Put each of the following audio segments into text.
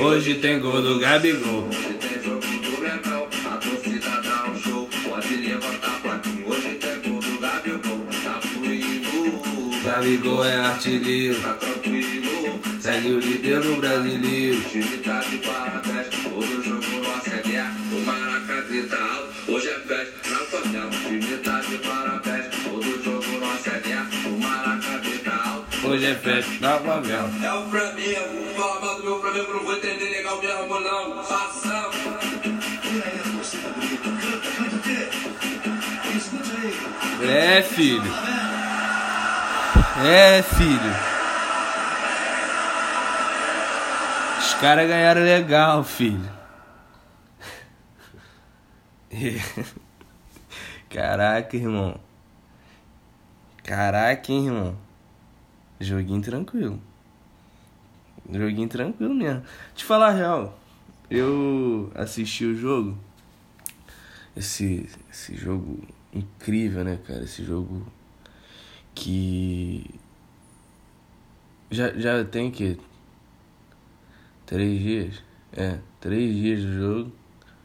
Hoje tem gol do Gabigol. Hoje tem jogo do Mengão, a torcida dá um show. Pode levantar a plaquinha. Hoje tem gol do Gabigol. Tá fluindo. Gabigol é artilheiro. Tá tranquilo. Segue o líder no brasileiro. O time tá de parabéns. Todo jogo nosso é guerra. O Maracanã tá alto. Hoje é festa na favela. O time tá de parabéns. Todo jogo nosso é guerra. O Maracanã tá alto. Hoje é festa na favela. É o Flamengo. Fala mal do meu Flamengo. Não vou entender legal mesmo não. Fação. É, filho. É, filho. Os caras ganharam legal, filho. Caraca, irmão. Caraca, hein, irmão. Joguinho tranquilo. Joguinho tranquilo mesmo. Te falar a real, eu assisti o jogo. Esse jogo incrível, né, cara? Esse jogo que já tem que 3 dias. 3 dias de jogo.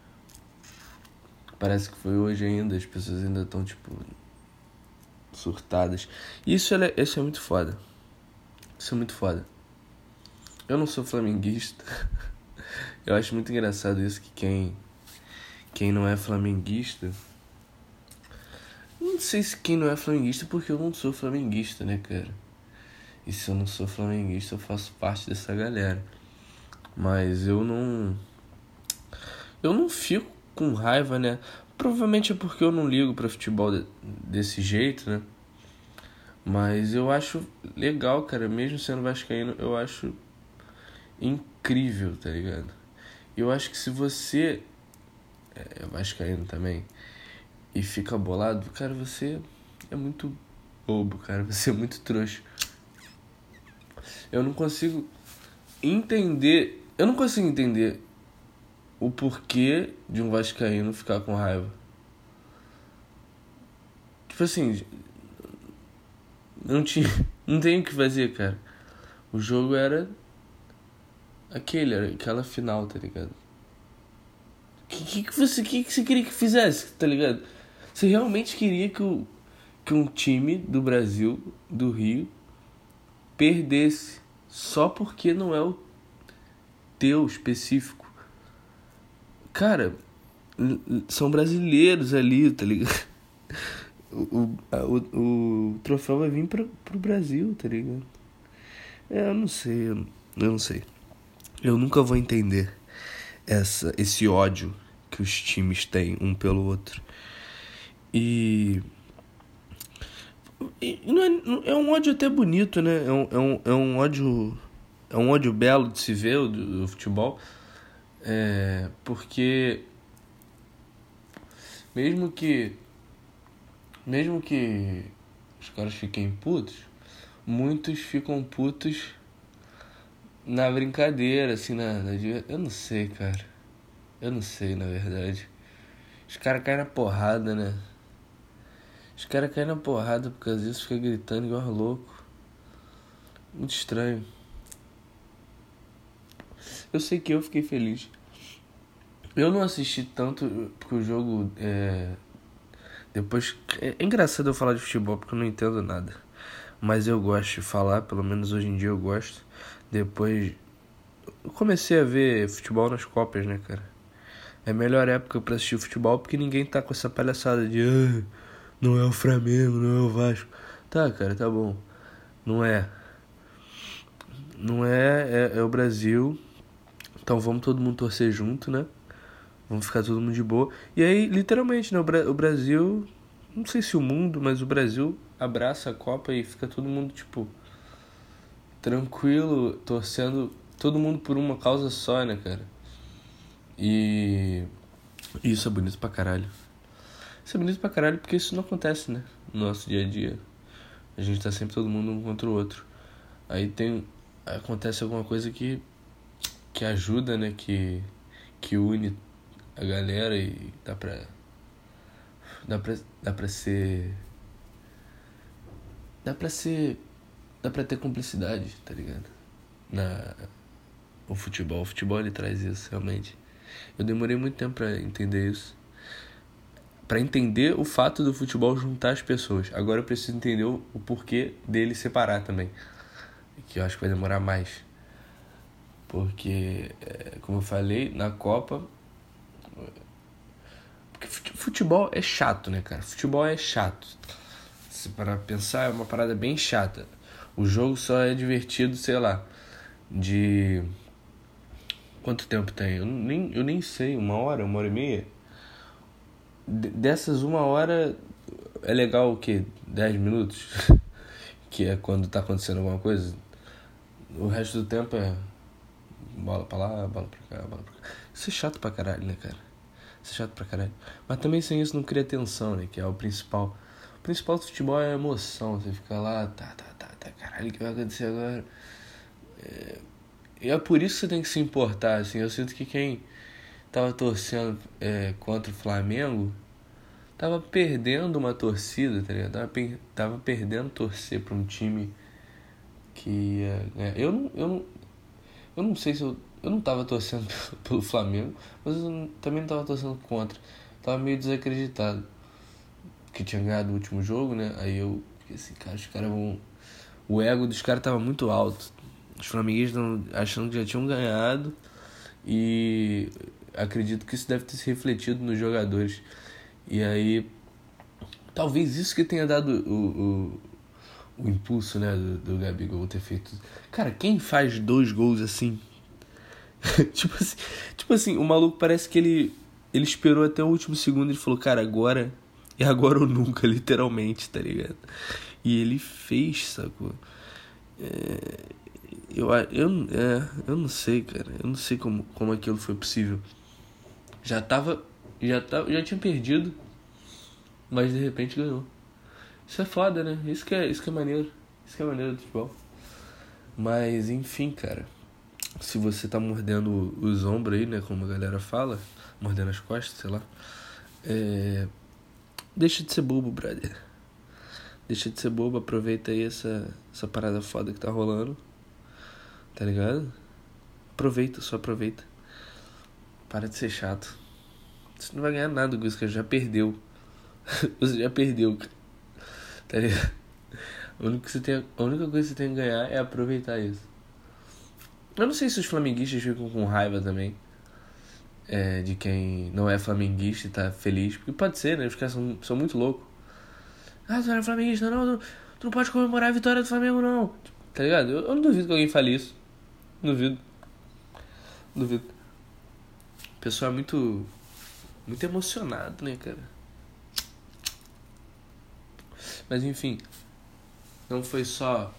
Parece que foi hoje ainda. As pessoas ainda estão, tipo, surtadas. Isso é muito foda. Isso é muito foda. Eu não sou flamenguista. Eu acho muito engraçado isso, que quem não é flamenguista... Não sei se quem não é flamenguista, porque eu não sou flamenguista, né, cara? E se eu não sou flamenguista, eu faço parte dessa galera. Mas eu não fico com raiva, né? Provavelmente é porque eu não ligo pra futebol desse jeito, né? Mas eu acho legal, cara. Mesmo sendo vascaíno, eu acho incrível, tá ligado? Eu acho que se você é vascaíno também e fica bolado, cara, você é muito bobo, cara. Você é muito trouxa. Eu não consigo entender o porquê de um vascaíno ficar com raiva. Tipo assim, não tem o que fazer, cara. O jogo era aquela final, tá ligado? O que você queria que fizesse, tá ligado? Você realmente queria que um time do Brasil, do Rio, perdesse só porque não é o teu específico? Cara, são brasileiros ali, tá ligado? O troféu vai vir pro Brasil, tá ligado? Eu não sei. Eu nunca vou entender esse ódio que os times têm um pelo outro. E é um ódio até bonito, né? É um ódio belo de se ver, do futebol. Porque mesmo que os caras fiquem putos, muitos ficam putos na brincadeira, assim, eu não sei, cara. Eu não sei, na verdade. Os caras caem na porrada, né? Os caras caem na porrada porque às vezes fica gritando igual louco. Muito estranho. Eu sei que eu fiquei feliz. Eu não assisti tanto porque o jogo depois... É engraçado eu falar de futebol porque eu não entendo nada. Mas eu gosto de falar, pelo menos hoje em dia eu gosto. Depois eu comecei a ver futebol nas Copas, né, cara? É a melhor época pra assistir futebol porque ninguém tá com essa palhaçada de não é o Flamengo, não é o Vasco. Tá, cara, tá bom. Não é. Não é o Brasil. Então vamos todo mundo torcer junto, né? Vamos ficar todo mundo de boa. E aí, literalmente, né? O Brasil... Não sei se o mundo, mas o Brasil abraça a Copa e fica todo mundo, tipo... tranquilo, torcendo... todo mundo por uma causa só, né, cara? E isso é bonito pra caralho. Isso é bonito pra caralho porque isso não acontece, né? No nosso dia a dia. A gente tá sempre todo mundo um contra o outro. Aí acontece alguma coisa que ajuda, né? Que une a galera e dá pra ter cumplicidade, tá ligado? O futebol ele traz isso, realmente. Eu demorei muito tempo pra entender isso. Pra entender o fato do futebol juntar as pessoas. Agora eu preciso entender o porquê dele separar também. Que eu acho que vai demorar mais. Porque, como eu falei, na Copa... Porque futebol é chato, né, cara? Futebol é chato. Se parar pra pensar, é uma parada bem chata. O jogo só é divertido, sei lá, de... Quanto tempo tem? Eu nem sei, 1 hora e meia? Dessas 1 hora é legal o quê? 10 minutos? Que é quando tá acontecendo alguma coisa. O resto do tempo é bola pra lá, bola pra cá, bola pra cá. Isso é chato pra caralho, né, cara? Isso é chato pra caralho. Mas também sem isso não cria tensão, né? Que é o principal. O principal do futebol é a emoção. Você fica lá, tá, caralho, o que vai acontecer agora? E é por isso que você tem que se importar, assim. Eu sinto que quem tava torcendo contra o Flamengo tava perdendo uma torcida, tá ligado? Tava perdendo torcer pra um time que ia ganhar. Eu não sei se eu não tava torcendo pelo Flamengo, mas eu também não tava torcendo contra. Tava meio desacreditado que tinha ganhado o último jogo, né? Aí eu fiquei assim, cara, os caras vão... O ego dos caras tava muito alto. Os flamenguistas achando que já tinham ganhado. E acredito que isso deve ter se refletido nos jogadores. E aí, talvez isso que tenha dado o impulso, né, do Gabigol ter feito. Cara, quem faz 2 gols assim? tipo assim, o maluco parece que ele esperou até o último segundo e falou, cara, agora é agora ou nunca, literalmente, tá ligado? E ele fez, sacou? Eu não sei, cara. Eu não sei como aquilo foi possível. Já tinha perdido, mas de repente ganhou. Isso é foda, né? Isso que é maneiro. Isso que é maneiro do futebol. Mas, enfim, cara. Se você tá mordendo os ombros aí, né? Como a galera fala. Mordendo as costas, sei lá. Deixa de ser bobo, brother. Deixa de ser bobo. Aproveita aí essa parada foda que tá rolando. Tá ligado? Só aproveita. Para de ser chato. Você não vai ganhar nada com isso, que já perdeu. Você já perdeu, cara. Tá ligado? A única coisa que você tem que ganhar é aproveitar isso. Eu não sei se os flamenguistas ficam com raiva também. De quem não é flamenguista e tá feliz. Porque pode ser, né? Os caras são muito loucos. Ah, tu não é flamenguista, não. Tu não pode comemorar a vitória do Flamengo, não. Tá ligado? Eu não duvido que alguém fale isso. Duvido. O pessoal é muito emocionado, né, cara? Mas enfim, não foi só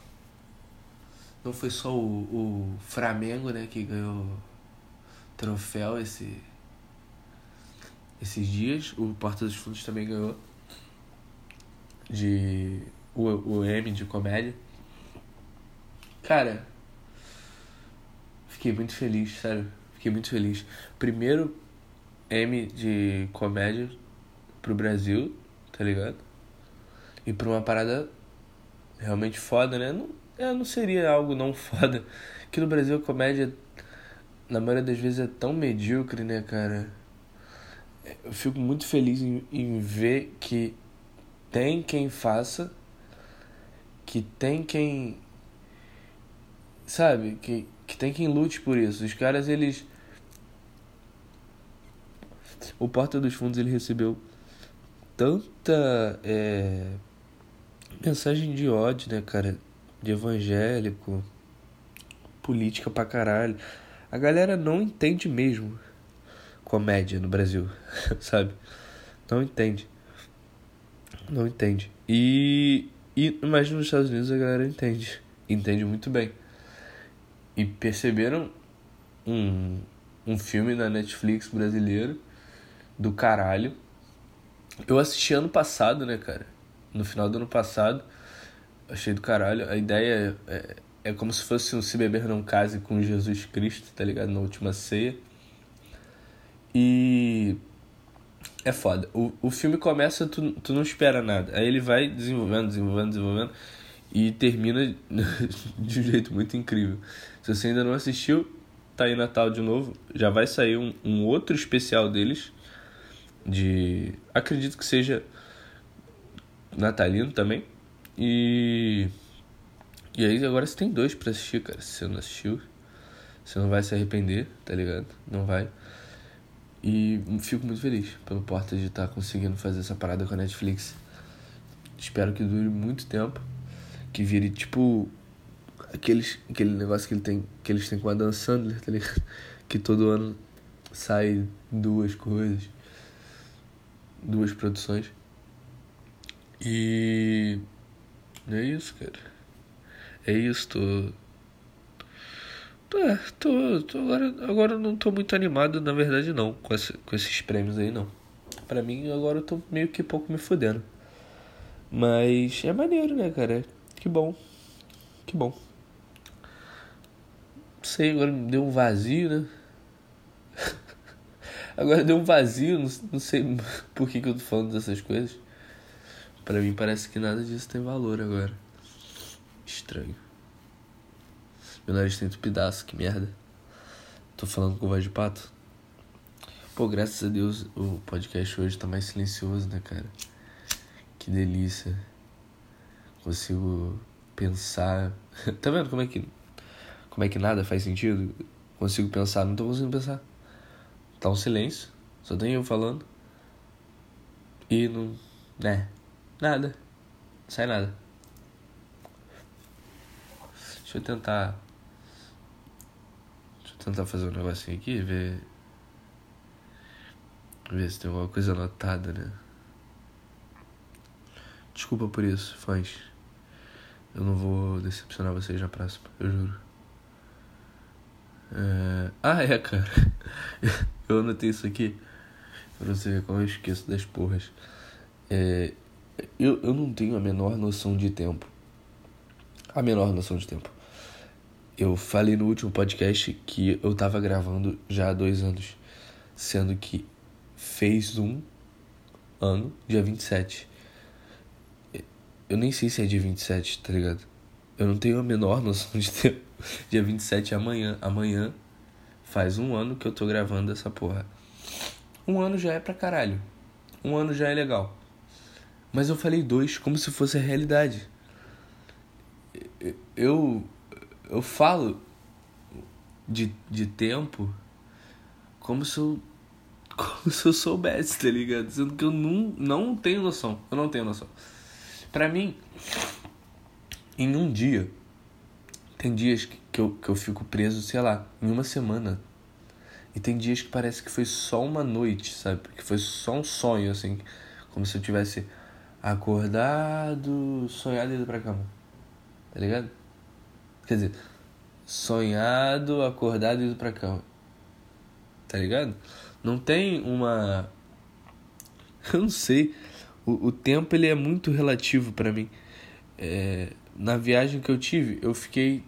o Flamengo, né, que ganhou troféu esses dias. O Porta dos Fundos também ganhou o M de comédia. Cara, fiquei muito feliz, sério. Fiquei muito feliz. Primeiro M de comédia pro Brasil, tá ligado? E pra uma parada realmente foda, né? Não seria algo não foda. Aqui no Brasil a comédia, na maioria das vezes, é tão medíocre, né, cara? Eu fico muito feliz em ver que tem quem faça, que tem quem... Sabe? Que tem quem lute por isso. Os caras, eles... O Porta dos Fundos, ele recebeu tanta mensagem de ódio, né, cara? De evangélico, política pra caralho. A galera não entende mesmo comédia no Brasil, sabe? Não entende. Mas nos Estados Unidos a galera entende. Entende muito bem. E perceberam um filme na Netflix brasileiro do caralho. Eu assisti ano passado, né, cara? No final do ano passado. Achei do caralho. A ideia é como se fosse um Se Beber Não Case com Jesus Cristo, tá ligado? Na última ceia. E é foda. O filme começa, tu não espera nada. Aí ele vai desenvolvendo. E termina de um jeito muito incrível. Se você ainda não assistiu, tá aí Natal de novo, já vai sair um outro especial deles, acredito que seja natalino também, e aí agora você tem 2 pra assistir, cara. Se você não assistiu, você não vai se arrepender, tá ligado? Não vai. E fico muito feliz pelo Porta de estar conseguindo fazer essa parada com a Netflix. Espero que dure muito tempo, que vire tipo aquele negócio que eles têm com a Dan Sandler, tá ligado? Que todo ano sai 2 coisas, 2 produções. E é isso, cara. É isso, agora eu não tô muito animado, na verdade não, com esses prêmios aí não. Pra mim agora eu tô meio que pouco me fudendo. Mas é maneiro, né, cara? Que bom. Que bom. Não sei, agora me deu um vazio, né? Agora deu um vazio, não sei por que eu tô falando dessas coisas. Pra mim parece que nada disso tem valor agora. Estranho. Meu nariz tem tupidaço, que merda. Tô falando com voz de pato. Pô, graças a Deus o podcast hoje tá mais silencioso, né, cara? Que delícia. Consigo pensar. Tá vendo como é que nada faz sentido? Consigo pensar, não tô conseguindo pensar. Tá um silêncio, só tem eu falando. E não... nada. Não sai nada. Deixa eu tentar fazer um negocinho aqui, ver se tem alguma coisa anotada, né? Desculpa por isso, fãs. Eu não vou decepcionar vocês na próxima, eu juro. Cara. Eu anotei isso aqui pra você ver como eu esqueço das porras. Eu não tenho a menor noção de tempo. Eu falei no último podcast que eu tava gravando já há 2 anos, sendo que fez um ano, dia 27. Eu nem sei se é dia 27, tá ligado? Eu não tenho a menor noção de tempo. Dia 27 é amanhã. Amanhã faz 1 ano que eu tô gravando essa porra. 1 ano já é pra caralho. 1 ano já é legal. Mas eu falei 2 como se fosse a realidade. Eu falo de tempo como se eu soubesse, tá ligado? Sendo que eu não tenho noção. Eu não tenho noção. Pra mim, em um dia, tem dias que eu fico preso, sei lá, em 1 semana. E tem dias que parece que foi só uma noite, sabe? Que foi só um sonho, assim. Como se eu tivesse acordado, sonhado e ido pra cama. Tá ligado? Quer dizer, sonhado, acordado e ido pra cama. Tá ligado? Não tem uma... Eu não sei. O tempo, ele é muito relativo pra mim. Na viagem que eu tive, eu fiquei...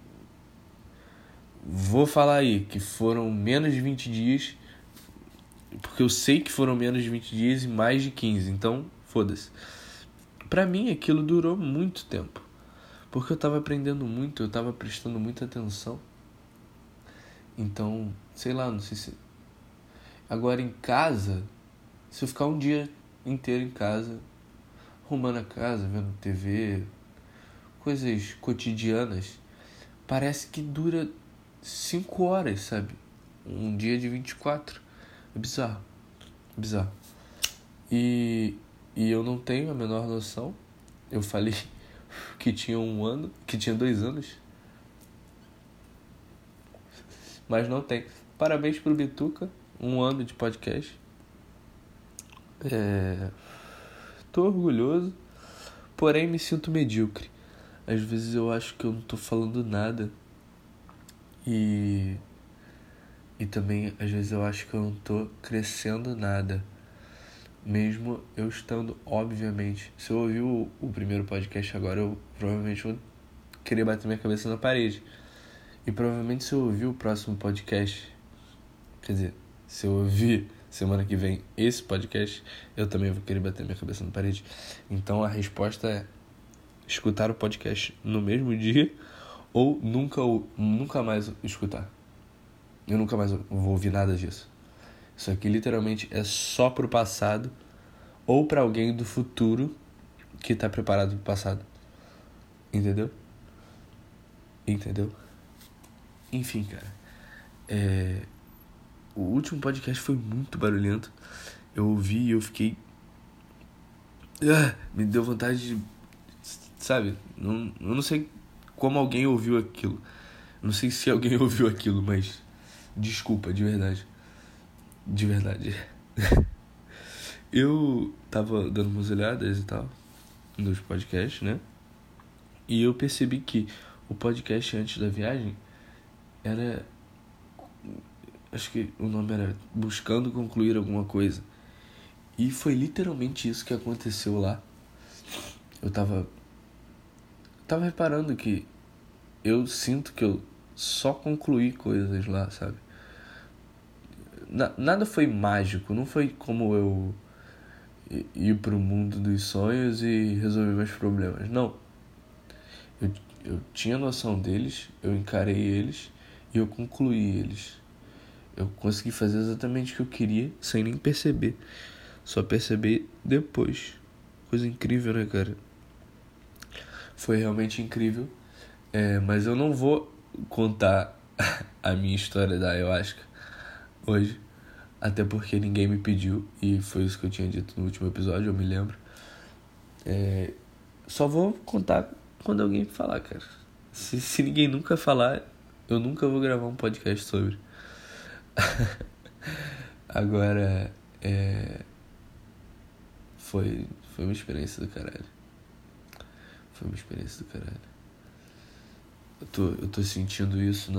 Vou falar aí que foram menos de 20 dias. Porque eu sei que foram menos de 20 dias e mais de 15. Então, foda-se. Pra mim, aquilo durou muito tempo. Porque eu tava aprendendo muito, eu tava prestando muita atenção. Então, sei lá, não sei se... Agora em casa, se eu ficar um dia inteiro em casa, arrumando a casa, vendo TV, coisas cotidianas, parece que dura 5 horas, sabe? Um dia de 24. É bizarro. E eu não tenho a menor noção. Eu falei que tinha 1 ano, que tinha 2 anos. Mas não tem. Parabéns pro Bituca, 1 ano de podcast. Tô orgulhoso, porém me sinto medíocre. Às vezes eu acho que eu não tô falando nada. E também às vezes eu acho que eu não tô crescendo nada. Mesmo eu estando, obviamente... Se eu ouvir o primeiro podcast agora, eu provavelmente vou querer bater minha cabeça na parede. E provavelmente se eu ouvir o próximo podcast... Quer dizer, se eu ouvir semana que vem esse podcast, eu também vou querer bater minha cabeça na parede. Então a resposta é... escutar o podcast no mesmo dia ou nunca mais escutar. Eu nunca mais vou ouvir nada disso. Isso aqui literalmente é só pro passado ou pra alguém do futuro que tá preparado pro passado. Entendeu? Enfim, cara. O último podcast foi muito barulhento. Eu ouvi e eu fiquei... me deu vontade de... Sabe? Eu não sei como alguém ouviu aquilo. Não sei se alguém ouviu aquilo, mas... Desculpa, de verdade. De verdade. Eu tava dando umas olhadas e tal nos podcasts, né? E eu percebi que o podcast antes da viagem era... Acho que o nome era Buscando Concluir Alguma Coisa. E foi literalmente isso que aconteceu lá. Eu tava reparando que eu sinto que eu só concluí coisas lá, sabe? Nada foi mágico, não foi como eu ir pro mundo dos sonhos e resolver meus problemas. Não. Eu tinha noção deles, eu encarei eles e eu concluí eles. Eu consegui fazer exatamente o que eu queria sem nem perceber. Só perceber depois. Coisa incrível, né, cara? Foi realmente incrível. Mas eu não vou contar a minha história da ayahuasca hoje. Até porque ninguém me pediu. E foi isso que eu tinha dito no último episódio, eu me lembro. Só vou contar quando alguém falar, cara. Se ninguém nunca falar, eu nunca vou gravar um podcast sobre. Agora, foi uma experiência do caralho. Eu tô sentindo isso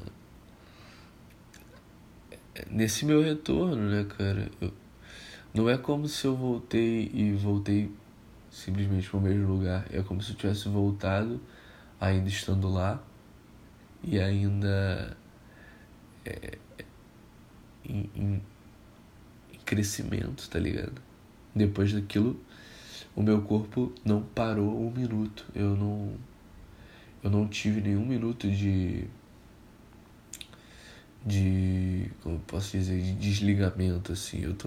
nesse meu retorno, né, cara? Não é como se eu voltei simplesmente pro mesmo lugar. É como se eu tivesse voltado, ainda estando lá, e ainda em crescimento, tá ligado? Depois daquilo, o meu corpo não parou um minuto. Eu não tive nenhum minuto de como eu posso dizer, de desligamento, assim. Eu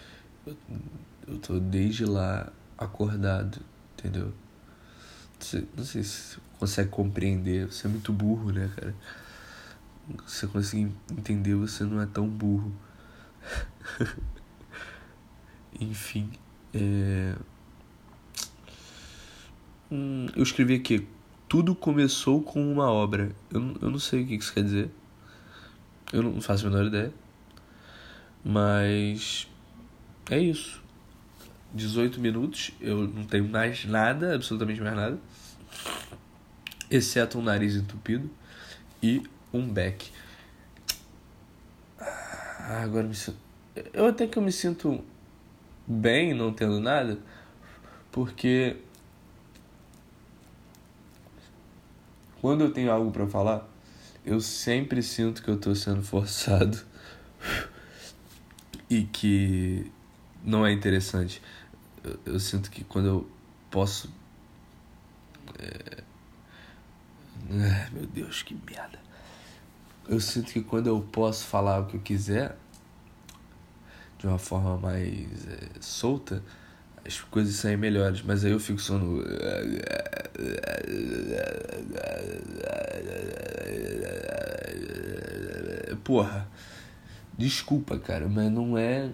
tô desde lá acordado, entendeu? Não sei se você consegue compreender. Você é muito burro, né, cara? Se você conseguir entender, você não é tão burro. Enfim, eu escrevi aqui: tudo começou com uma obra. Eu não sei o que isso quer dizer. Eu não faço a menor ideia. Mas é isso. 18 minutos. Eu não tenho mais nada, absolutamente mais nada, exceto um nariz entupido e um beck. Agora eu até que eu me sinto bem não tendo nada, porque quando eu tenho algo pra falar, eu sempre sinto que eu tô sendo forçado e que não é interessante. Eu sinto que quando eu posso... meu Deus, que merda. Eu sinto que quando eu posso falar o que eu quiser de uma forma mais solta, as coisas saem melhores. Mas aí eu fico só no... Porra, desculpa, cara, mas não é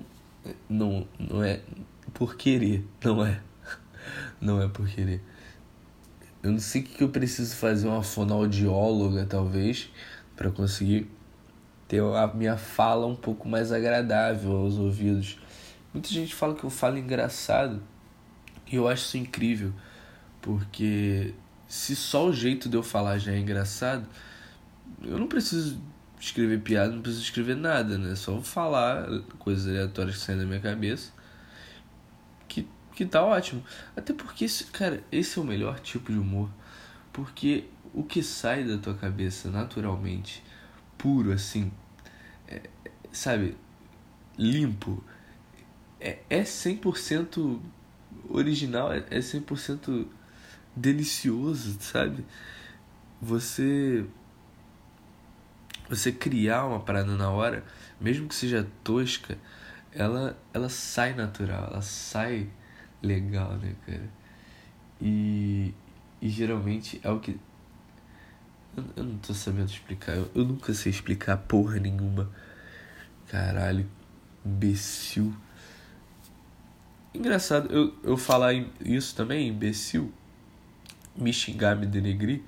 por querer. Não é por querer. Eu não sei o que eu preciso fazer, uma fonoaudióloga talvez, pra conseguir ter a minha fala um pouco mais agradável aos ouvidos. Muita gente fala que eu falo engraçado, e eu acho isso incrível, porque se só o jeito de eu falar já é engraçado, eu não preciso escrever piada, não preciso escrever nada, né? É só falar coisas aleatórias que saem da minha cabeça, que tá ótimo. Até porque, cara, esse é o melhor tipo de humor, porque o que sai da tua cabeça naturalmente, puro assim, sabe, limpo, é 100% original, é 100% delicioso, sabe? Você você criar uma parada na hora, mesmo que seja tosca, ela sai natural, ela sai legal, né, cara? E, e geralmente é o que... Eu não tô sabendo explicar, eu nunca sei explicar porra nenhuma. Caralho, imbecil. Engraçado, eu falar isso também, imbecil, me xingar, me denegrir.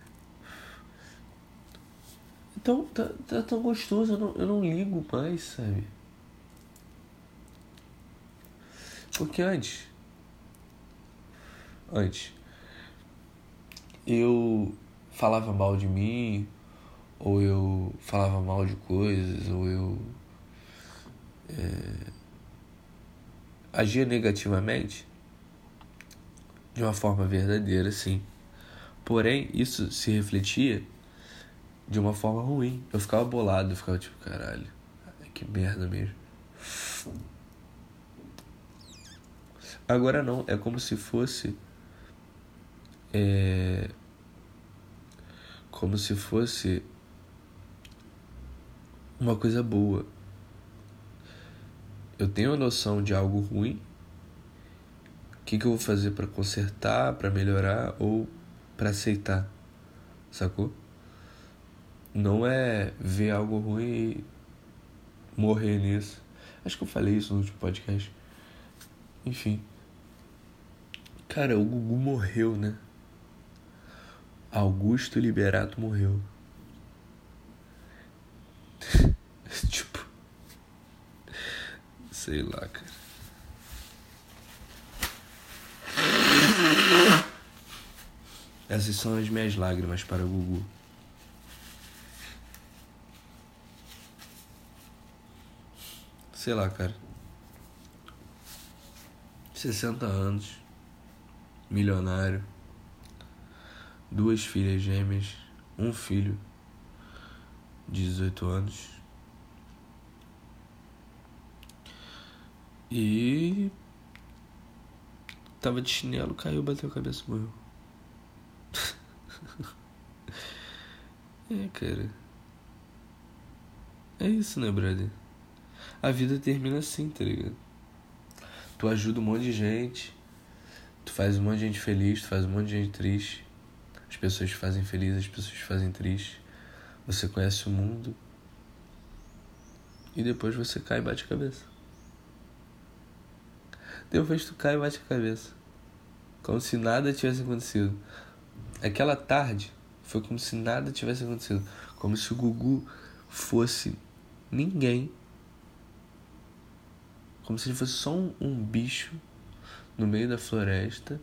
Então, tá tão gostoso, eu não ligo mais, sabe? Porque antes, eu falava mal de mim, ou eu falava mal de coisas, ou eu agia negativamente de uma forma verdadeira, sim. Porém, isso se refletia de uma forma ruim. Eu ficava bolado, eu ficava tipo, caralho, que merda mesmo. Agora não, é como se fosse como se fosse uma coisa boa. Eu tenho a noção de algo ruim, o que eu vou fazer pra consertar, pra melhorar ou pra aceitar, sacou? Não é ver algo ruim e morrer nisso. Acho que eu falei isso no último podcast. Enfim. Cara, o Gugu morreu, né? Augusto Liberato morreu. Tipo, sei lá, cara. Essas são as minhas lágrimas para o Gugu. Sei lá, cara. 60 anos. Milionário. 2 filhas gêmeas. 1 filho de 18 anos. E tava de chinelo, caiu, bateu a cabeça e morreu. Cara. É isso, né, brother? A vida termina assim, tá ligado? Tu ajuda um monte de gente, tu faz um monte de gente feliz, tu faz um monte de gente triste. As pessoas te fazem feliz, as pessoas te fazem triste. Você conhece o mundo e depois você cai e bate a cabeça. Depois tu cai e bate a cabeça. Como se nada tivesse acontecido. Aquela tarde foi como se nada tivesse acontecido. Como se o Gugu fosse ninguém. Como se ele fosse só um bicho no meio da floresta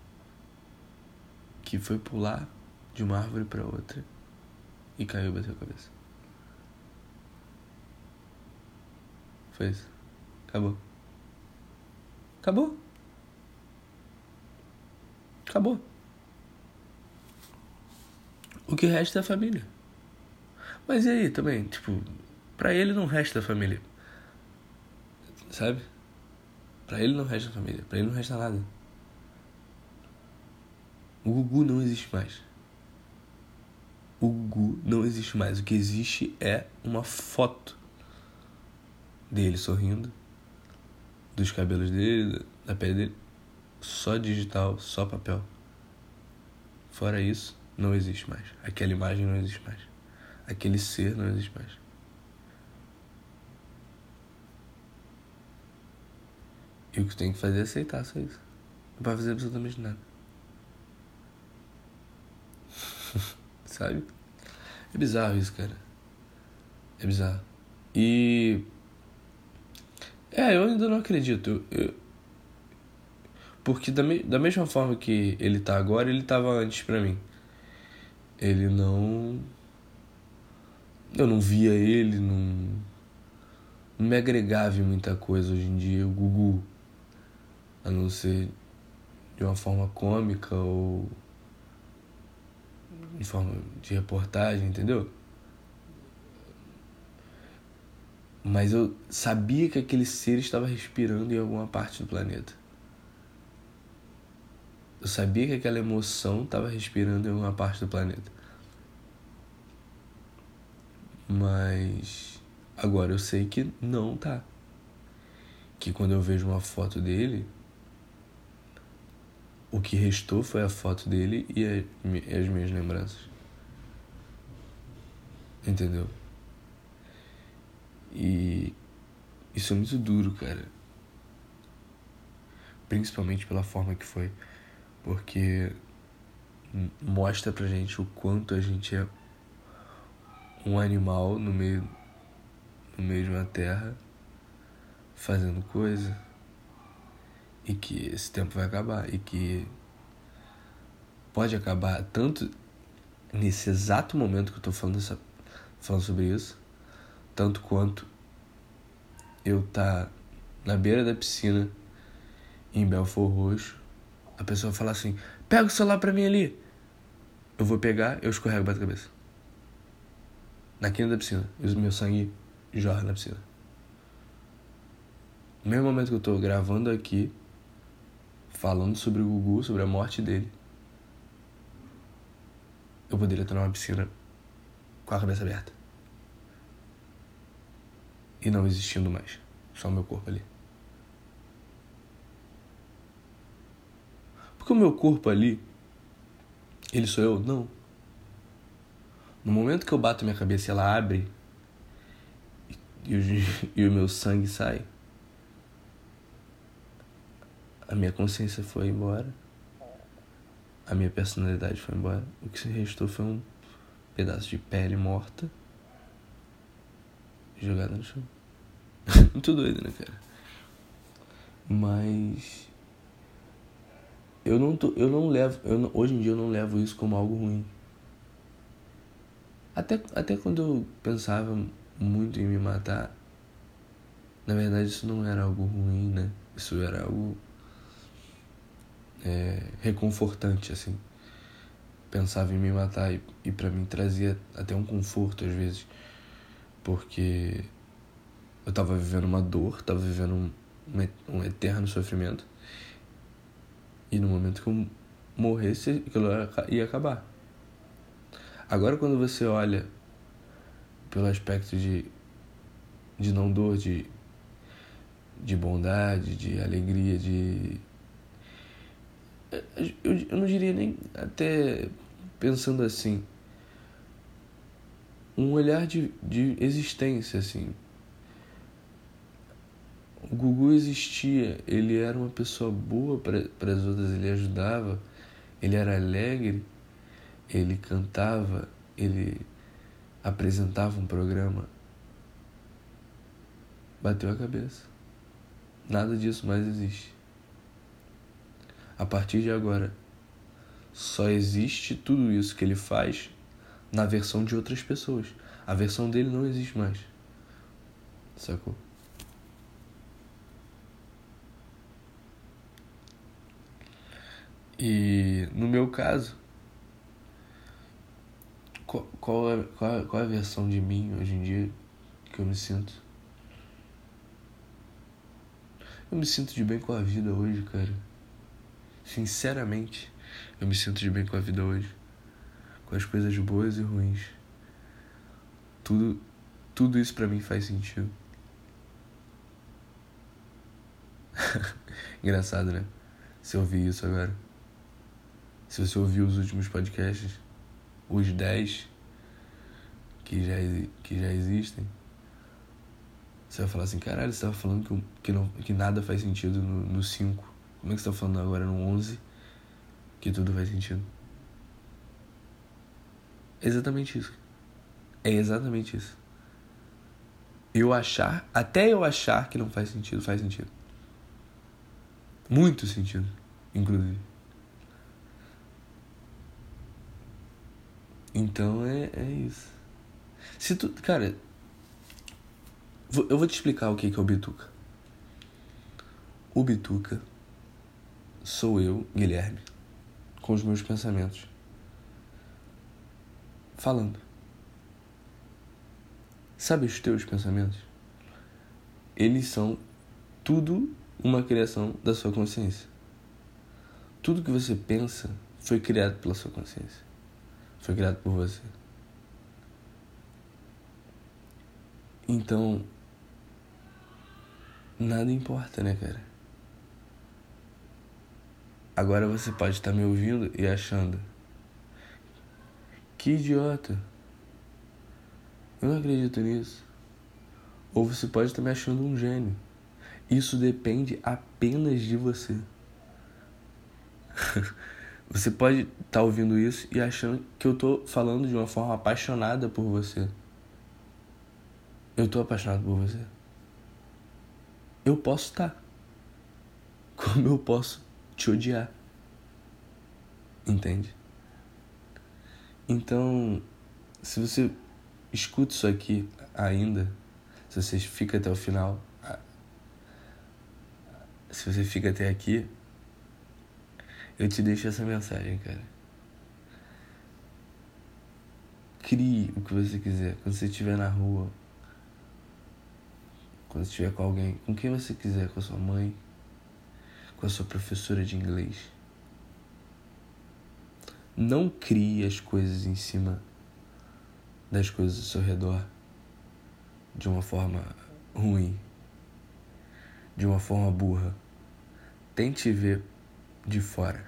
que foi pular de uma árvore para outra e caiu e bateu a cabeça. Foi isso. Acabou. Acabou. Acabou. O que resta é a família. Mas e aí também, tipo, pra ele não resta a família. Sabe? Pra ele não resta a família. Pra ele não resta nada. O Gugu não existe mais. O Gugu não existe mais. O que existe é uma foto dele sorrindo, dos cabelos dele, da pele dele. Só digital, só papel. Fora isso, não existe mais. Aquela imagem não existe mais. Aquele ser não existe mais. E o que tu tem que fazer é aceitar só isso. Não vai fazer absolutamente nada. Sabe? É bizarro isso, cara. É bizarro. E... eu ainda não acredito. Porque da mesma forma que ele tá agora, ele tava antes pra mim. Ele não... Eu não via ele, não me agregava em muita coisa hoje em dia, o Gugu. A não ser de uma forma cômica ou de forma de reportagem, entendeu? Mas eu sabia que aquele ser estava respirando em alguma parte do planeta. Eu sabia que aquela emoção estava respirando em alguma parte do planeta. Mas agora eu sei que não tá. Que quando eu vejo uma foto dele, o que restou foi a foto dele e as minhas lembranças. Entendeu? E isso é muito duro, cara. Principalmente pela forma que foi. Porque mostra pra gente o quanto a gente é um animal no meio de uma terra, fazendo coisa, e que esse tempo vai acabar, e que pode acabar tanto nesse exato momento que eu tô falando sobre isso, tanto quanto eu tá na beira da piscina em Belford Roxo, a pessoa fala assim: pega o celular pra mim ali. Eu vou pegar, eu escorrego e bato a cabeça na quina da piscina, e o meu sangue jorra na piscina. No mesmo momento que eu tô gravando aqui, falando sobre o Gugu, sobre a morte dele, eu poderia estar numa piscina com a cabeça aberta e não existindo mais, só o meu corpo ali. Porque o meu corpo ali, ele sou eu? Não. No momento que eu bato minha cabeça e ela abre e o meu sangue sai, a minha consciência foi embora, a minha personalidade foi embora. O que se restou foi um pedaço de pele morta jogada no chão. Muito doido, né, cara? Mas hoje em dia eu não levo isso como algo ruim. Até quando eu pensava muito em me matar, na verdade isso não era algo ruim, né? Isso era algo reconfortante, assim. Pensava em me matar e pra mim trazia até um conforto às vezes, porque eu tava vivendo uma dor, tava vivendo um eterno sofrimento, e no momento que eu morresse, aquilo ia acabar. Agora, quando você olha pelo aspecto de não dor, de bondade, de alegria, eu não diria nem até pensando assim, um olhar de existência, assim. O Gugu existia, ele era uma pessoa boa para as outras, ele ajudava, ele era alegre, ele cantava, ele apresentava um programa. Bateu a cabeça. Nada disso mais existe. A partir de agora, só existe tudo isso que ele faz na versão de outras pessoas. A versão dele não existe mais. Sacou? E no meu caso, qual é a versão de mim hoje em dia que eu me sinto? Eu me sinto de bem com a vida hoje, cara. Sinceramente, eu me sinto de bem com a vida hoje. Com as coisas boas e ruins. Tudo isso pra mim faz sentido. Engraçado, né? Se eu ouvir isso agora. Se você ouvir os últimos podcasts, os 10 que já existem, você vai falar assim: caralho, você tava falando que nada faz sentido no 5. Como é que você tá falando agora no 11 que tudo faz sentido? É exatamente isso. É exatamente isso. Até eu achar que não faz sentido, faz sentido. Muito sentido, inclusive. Então é isso. Cara, eu vou te explicar o que é o Bituca. O Bituca sou eu, Guilherme, com os meus pensamentos, falando. Sabe os teus pensamentos? Eles são tudo uma criação da sua consciência. Tudo que você pensa foi criado pela sua consciência. Foi criado por você. Então, nada importa, né, cara? Agora você pode estar me ouvindo e achando: que idiota, eu não acredito nisso. Ou você pode estar me achando um gênio. Isso depende apenas de você. Você pode estar ouvindo isso e achando que eu tô falando de uma forma apaixonada por você. Eu tô apaixonado por você? Eu posso estar. Como eu posso te odiar? Entende? Então, se você escuta isso aqui ainda, se você fica até o final, se você fica até aqui, eu te deixo essa mensagem, cara. Crie o que você quiser. Quando você estiver na rua, quando você estiver com alguém, com quem você quiser, com a sua mãe, com a sua professora de inglês. Não crie as coisas em cima das coisas ao seu redor de uma forma ruim, de uma forma burra. Tente ver de fora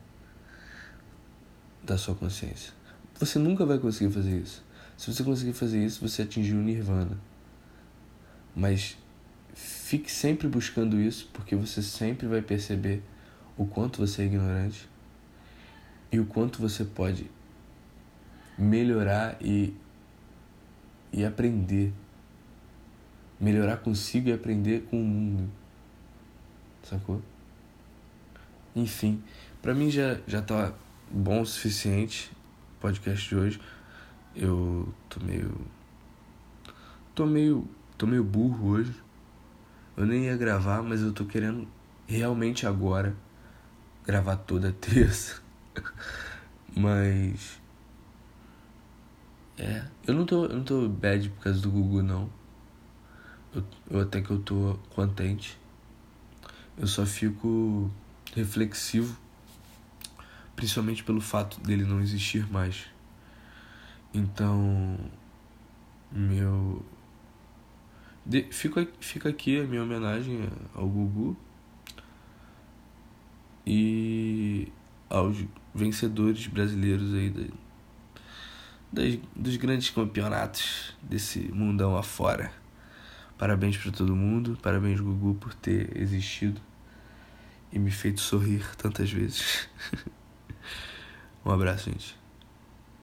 da sua consciência. Você nunca vai conseguir fazer isso. Se você conseguir fazer isso, você atingiu o nirvana. Mas fique sempre buscando isso, porque você sempre vai perceber o quanto você é ignorante e o quanto você pode melhorar e aprender. Melhorar consigo e aprender com o mundo. Sacou? Enfim, pra mim já tá bom o suficiente o podcast de hoje. Eu tô meio burro hoje. Eu nem ia gravar, mas eu tô querendo realmente agora gravar toda terça. Mas eu não tô bad por causa do Gugu, não. Eu até que eu tô contente. Eu só fico reflexivo, principalmente pelo fato dele não existir mais. Então, fica aqui a minha homenagem ao Gugu e aos vencedores brasileiros aí dos grandes campeonatos desse mundão afora. Parabéns pra todo mundo, parabéns Gugu por ter existido e me feito sorrir tantas vezes. Um abraço, gente.